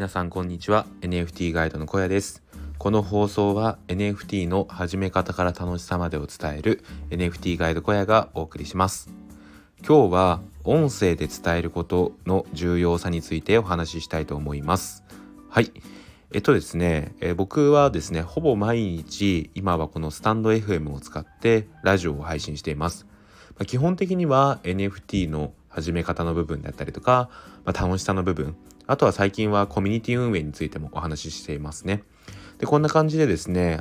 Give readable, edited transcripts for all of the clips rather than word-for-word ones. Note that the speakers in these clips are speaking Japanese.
皆さんこんにちは。 NFT ガイドの小屋です。この放送は NFT の始め方から楽しさまでを伝える NFT ガイド小屋がお送りします。今日は音声で伝えることの重要さについてお話ししたいと思います。はい。ですね、僕はですね、ほぼ毎日今はこのスタンド FM を使ってラジオを配信しています。基本的には NFT の始め方の部分だったりとか、楽しさの部分、あとは最近はコミュニティ運営についてもお話ししていますね。で、こんな感じでですね、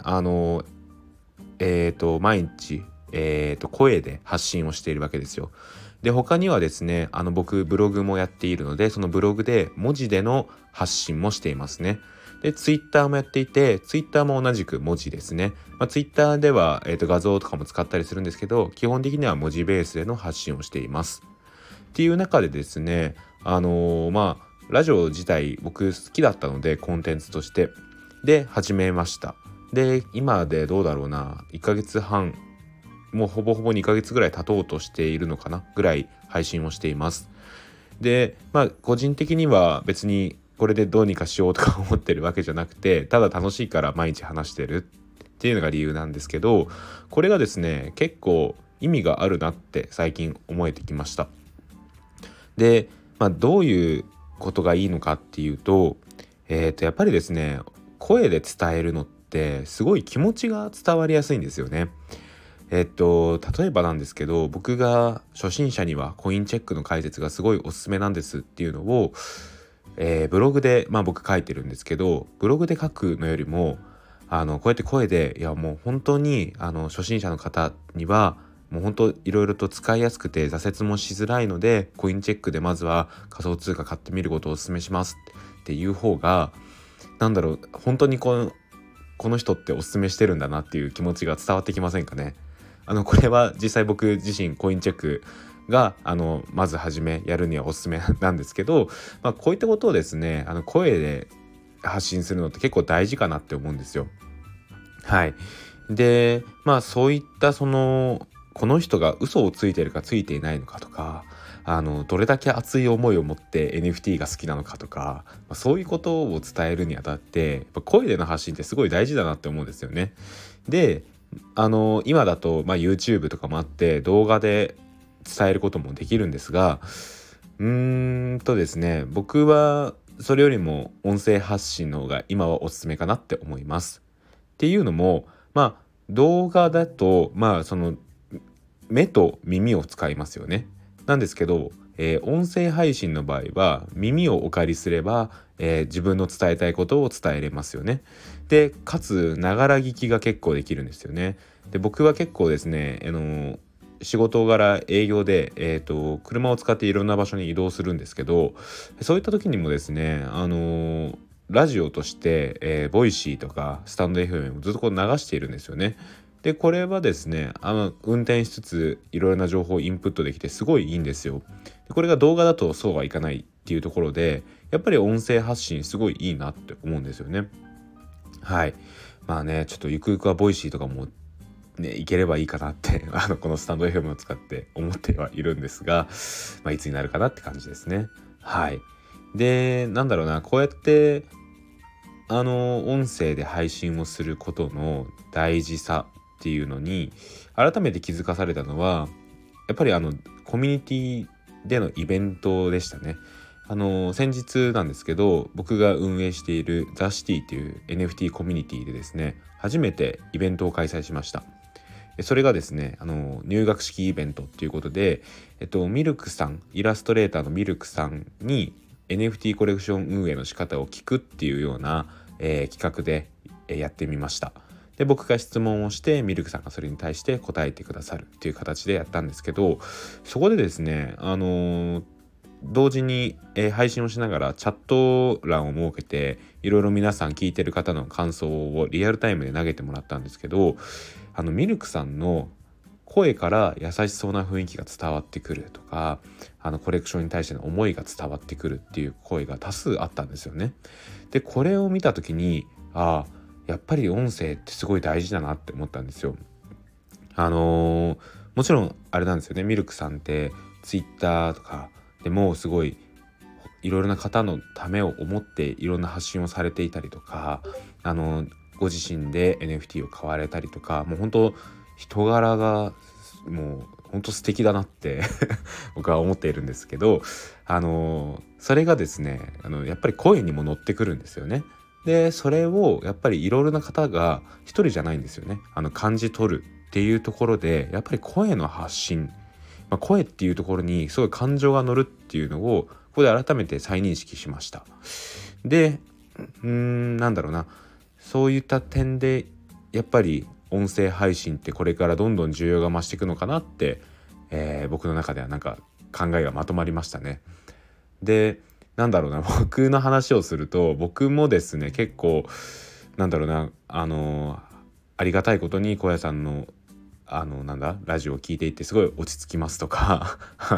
毎日、声で発信をしているわけですよ。で、他にはですね、僕ブログもやっているので、そのブログで文字での発信もしていますね。で、ツイッターもやっていて、ツイッターも同じく文字ですね。ツイッターでは、画像とかも使ったりするんですけど、基本的には文字ベースでの発信をしています。っていう中でですね、ラジオ自体僕好きだったので、コンテンツとしてで始めました。で、今でどうだろうな、1ヶ月半、もうほぼほぼ2ヶ月ぐらい経とうとしているのかなぐらい配信をしています。で、個人的には別にこれでどうにかしようとか思ってるわけじゃなくて、ただ楽しいから毎日話してるっていうのが理由なんですけど、これがですね、結構意味があるなって最近思えてきました。で、どういうことがいいのかっていうと、やっぱりですね、声で伝えるのってすごい気持ちが伝わりやすいんですよね。例えばなんですけど、僕が初心者にはコインチェックの解説がすごいおすすめなんですっていうのを、ブログで、僕書いてるんですけど、ブログで書くのよりもこうやって声で、いやもう本当に初心者の方にはもう本当いろいろと使いやすくて挫折もしづらいので、コインチェックでまずは仮想通貨買ってみることをお勧めしますっていう方が、本当にこの人っておすすめしてるんだなっていう気持ちが伝わってきませんかね。これは実際僕自身コインチェックがまず初めやるにはおすすめなんですけど、こういったことをですね、声で発信するのって結構大事かなって思うんですよ。はい。で、そういったこの人が嘘をついてるかついていないのかとか、どれだけ熱い思いを持って NFT が好きなのかとか、そういうことを伝えるにあたって、やっぱ声での発信ってすごい大事だなって思うんですよね。で、今だと、YouTube とかもあって動画で伝えることもできるんですが、ですね、僕はそれよりも音声発信の方が今はおすすめかなって思います。っていうのも、動画だとその目と耳を使いますよね。なんですけど、音声配信の場合は耳をお借りすれば、自分の伝えたいことを伝えれますよね。で、かつながら聞きが結構できるんですよね。で、僕は結構ですね、仕事柄営業で、車を使っていろんな場所に移動するんですけど、そういった時にもですね、ラジオとして、ボイシーとかスタンド FM をずっと流しているんですよね。で、これはですね、運転しつついろいろな情報をインプットできてすごいいいんですよ。で、これが動画だとそうはいかないっていうところで、やっぱり音声発信すごいいいなって思うんですよね。はい。ちょっとゆくゆくはボイシーとかもね、いければいいかなってこのスタンド FM を使って思ってはいるんですが、いつになるかなって感じですね。はい。で、こうやって音声で配信をすることの大事さっていうのに改めて気づかされたのは、やっぱりコミュニティでのイベントでしたね。先日なんですけど、僕が運営しているザ・シティという NFT コミュニティでですね、初めてイベントを開催しました。それがですね、入学式イベントっていうことで、ミルクさん、イラストレーターのミルクさんに NFT コレクション運営の仕方を聞くっていうような、企画でやってみました。で、僕が質問をしてミルクさんがそれに対して答えてくださるっていう形でやったんですけど、そこでですね、同時に、配信をしながらチャット欄を設けて、いろいろ皆さん聞いてる方の感想をリアルタイムで投げてもらったんですけど、ミルクさんの声から優しそうな雰囲気が伝わってくるとか、コレクションに対しての思いが伝わってくるっていう声が多数あったんですよね。で、これを見た時に、やっぱり音声ってすごい大事だなって思ったんですよ。もちろんあれなんですよね、ミルクさんってツイッターとかでもすごいいろいろな方のためを思っていろんな発信をされていたりとか、ご自身で NFT を買われたりとか、もう本当人柄がもう本当素敵だなって僕は思っているんですけど、それがですねやっぱり声にも乗ってくるんですよね。でそれをやっぱりいろいろな方が一人じゃないんですよね。感じ取るっていうところで、やっぱり声の発信、声っていうところにすごい感情が乗るっていうのをここで改めて再認識しました。でなんだろうな、そういった点でやっぱり音声配信ってこれからどんどん需要が増していくのかなって、僕の中ではなんか考えがまとまりましたね。でなんだろうな、僕の話をすると、僕もですね結構なんだろうな、ありがたいことに小屋さんのラジオを聞いていてすごい落ち着きますとか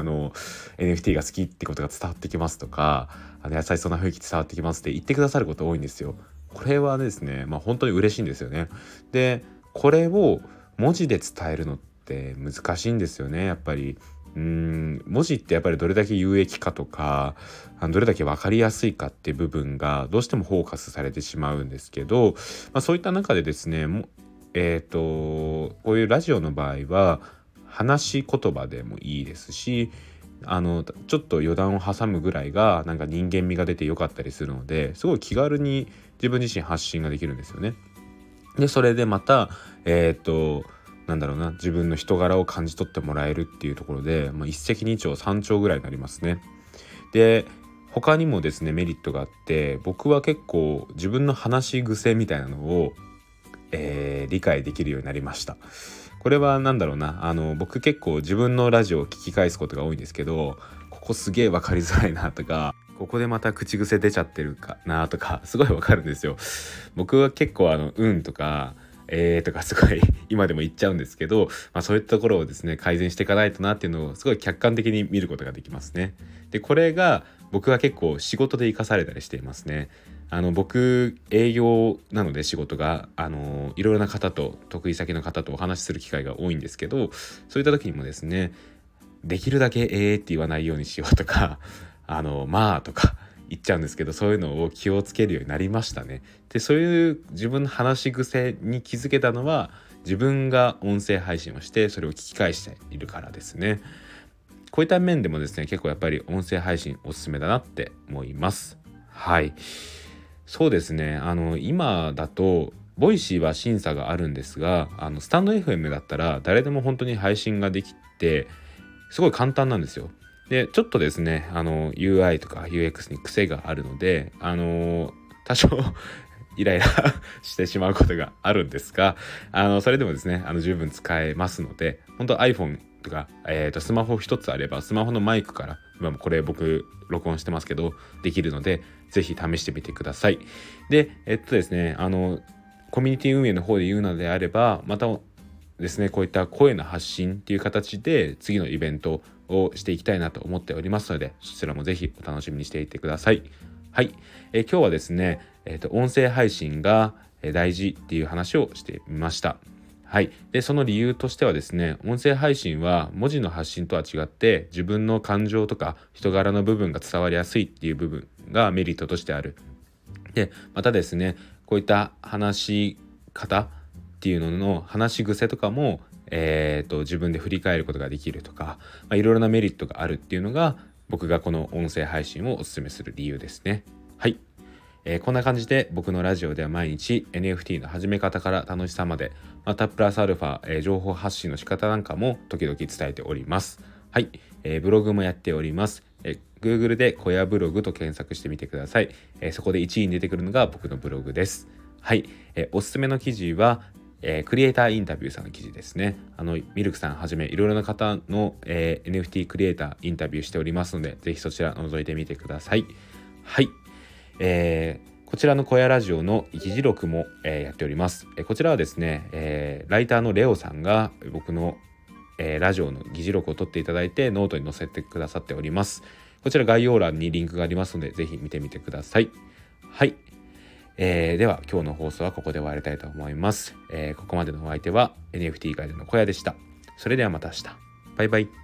NFT が好きってことが伝わってきますとか、優しそうな雰囲気伝わってきますって言ってくださること多いんですよ。これはですね本当に嬉しいんですよね。でこれを文字で伝えるのって難しいんですよね。やっぱり文字ってやっぱりどれだけ有益かとかどれだけ分かりやすいかっていう部分がどうしてもフォーカスされてしまうんですけど、そういった中でですねこういうラジオの場合は話し言葉でもいいですし、ちょっと余談を挟むぐらいがなんか人間味が出てよかったりするので、すごい気軽に自分自身発信ができるんですよね。でそれでまたなんだろうな、自分の人柄を感じ取ってもらえるっていうところで、一石二鳥三鳥ぐらいになりますね。で他にもですねメリットがあって、僕は結構自分の話し癖みたいなのを、理解できるようになりました。これはなんだろうな、僕結構自分のラジオを聞き返すことが多いんですけど、ここすげえ分かりづらいなとか、ここでまた口癖出ちゃってるかなとかすごい分かるんですよ。僕は結構うんとかとかすごい今でも言っちゃうんですけど、そういったところをですね改善していかないとなっていうのをすごい客観的に見ることができますね。でこれが僕は結構仕事で生かされたりしていますね。僕営業なので仕事がいろいろな方と得意先の方とお話しする機会が多いんですけど、そういった時にもですねできるだけって言わないようにしようとかまあとか言っちゃうんですけど、そういうのを気をつけるようになりましたね。でそういう自分の話し癖に気づけたのは自分が音声配信をしてそれを聞き返しているからですね。こういった面でもですね結構やっぱり音声配信おすすめだなって思います。はい、そうですね、今だとボイシーは審査があるんですが、スタンド FM だったら誰でも本当に配信ができてすごい簡単なんですよ。でちょっとですねUI とか UX に癖があるので多少イライラしてしまうことがあるんですが、それでもですね十分使えますので、本当 iPhone とか、スマホ一つあればスマホのマイクから今もこれ僕録音してますけどできるので、ぜひ試してみてください。でですねコミュニティ運営の方で言うのであれば、またですねこういった声の発信っていう形で次のイベントをしていきたいなと思っておりますので、そちらもぜひお楽しみにしていてください。はい、今日はですね、音声配信が大事っていう話をしてみました。はい、でその理由としてはですね、音声配信は文字の発信とは違って自分の感情とか人柄の部分が伝わりやすいっていう部分がメリットとしてある。でまたですねこういった話し方っていうのの話し癖とかも、自分で振り返ることができるとか、いろいろなメリットがあるっていうのが僕がこの音声配信をお勧めする理由ですね。はい、こんな感じで僕のラジオでは毎日 NFT の始め方から楽しさまで、またプラスアルファ、情報発信の仕方なんかも時々伝えております。はい、ブログもやっております。Google で小屋ブログと検索してみてください。そこで1位に出てくるのが僕のブログです。はい、おすすめの記事はクリエイターインタビューさんの記事ですね。ミルクさんはじめいろいろな方の、NFT クリエイターインタビューしておりますので、ぜひそちら覗いてみてください。はい、こちらの小屋ラジオの議事録も、やっております。こちらはですね、ライターのレオさんが僕の、ラジオの議事録を取っていただいてノートに載せてくださっております。こちら概要欄にリンクがありますのでぜひ見てみてください。はい、では今日の放送はここで終わりたいと思います。ここまでのお相手は NFT ガイドの小屋でした。それではまた明日。バイバイ。